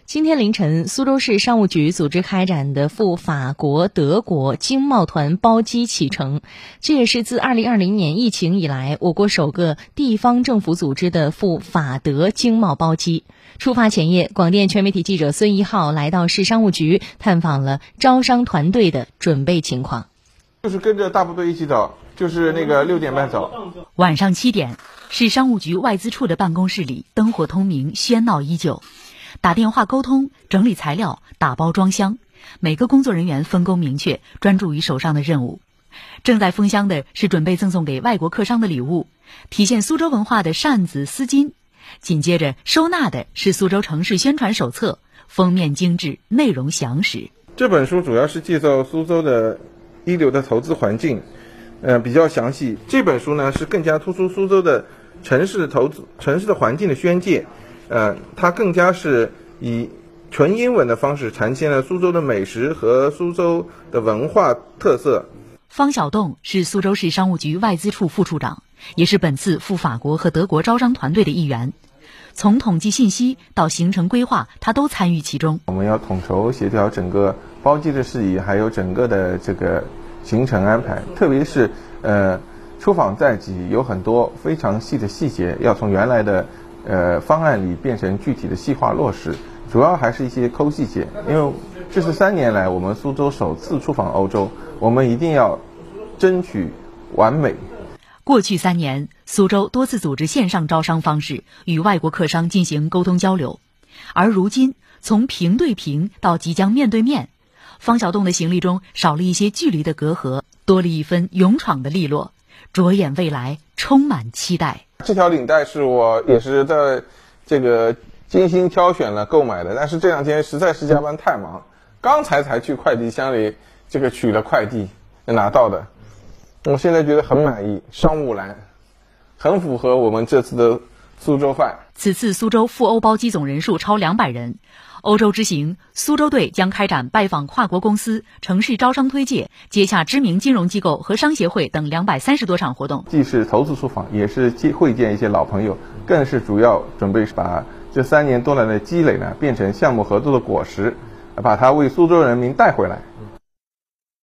今天凌晨，苏州市商务局组织开展的赴法国、德国经贸团包机启程，这也是自2020年疫情以来，我国首个地方政府组织的赴法德经贸包机。出发前夜，广电全媒体记者孙一浩来到市商务局，探访了招商团队的准备情况。 就是跟着大部队一起走，就是那个6点半走。 晚上7点，市商务局外资处的办公室里灯火通明，喧闹依旧。打电话沟通，整理材料，打包装箱，每个工作人员分工明确，专注于手上的任务。正在封箱的是准备赠送给外国客商的礼物，体现苏州文化的扇子、丝巾。紧接着收纳的是苏州城市宣传手册，封面精致，内容详实。 这本书主要是介绍苏州的一流的投资环境，比较详细。这本书呢是更加突出苏州的城市的环境的宣介。它更加是以纯英文的方式呈现了苏州的美食和苏州的文化特色。 方晓栋是苏州市商务局外资处副处长，也是本次赴法国和德国招商团队的一员。从统计信息到行程规划，他都参与其中。 我们要统筹协调整个包机的事宜，还有整个的这个行程安排，特别是出访在即，有很多非常细的细节要从原来的方案里变成具体的细化落实，主要还是一些抠细节。因为这是3年来我们苏州首次出访欧洲，我们一定要争取完美。 过去3年，苏州多次组织线上招商方式与外国客商进行沟通交流，而如今从平对平到即将面对面，方晓栋的行李中少了一些距离的隔阂，多了一分勇闯的利落。着眼未来，充满期待。 这条领带是我也是在这个精心挑选了购买的，但是这2天实在是加班太忙，刚才去快递箱里这个取了快递拿到的，我现在觉得很满意。商务蓝很符合我们这次的苏州范。 此次苏州赴欧包机总人数超200人。欧洲之行，苏州队将开展拜访跨国公司、城市招商推介、接洽知名金融机构和商协会等230多场活动。 既是投资出访，也是会见一些老朋友，更是主要准备把这3年多来的积累呢，变成项目合作的果实，把它为苏州人民带回来。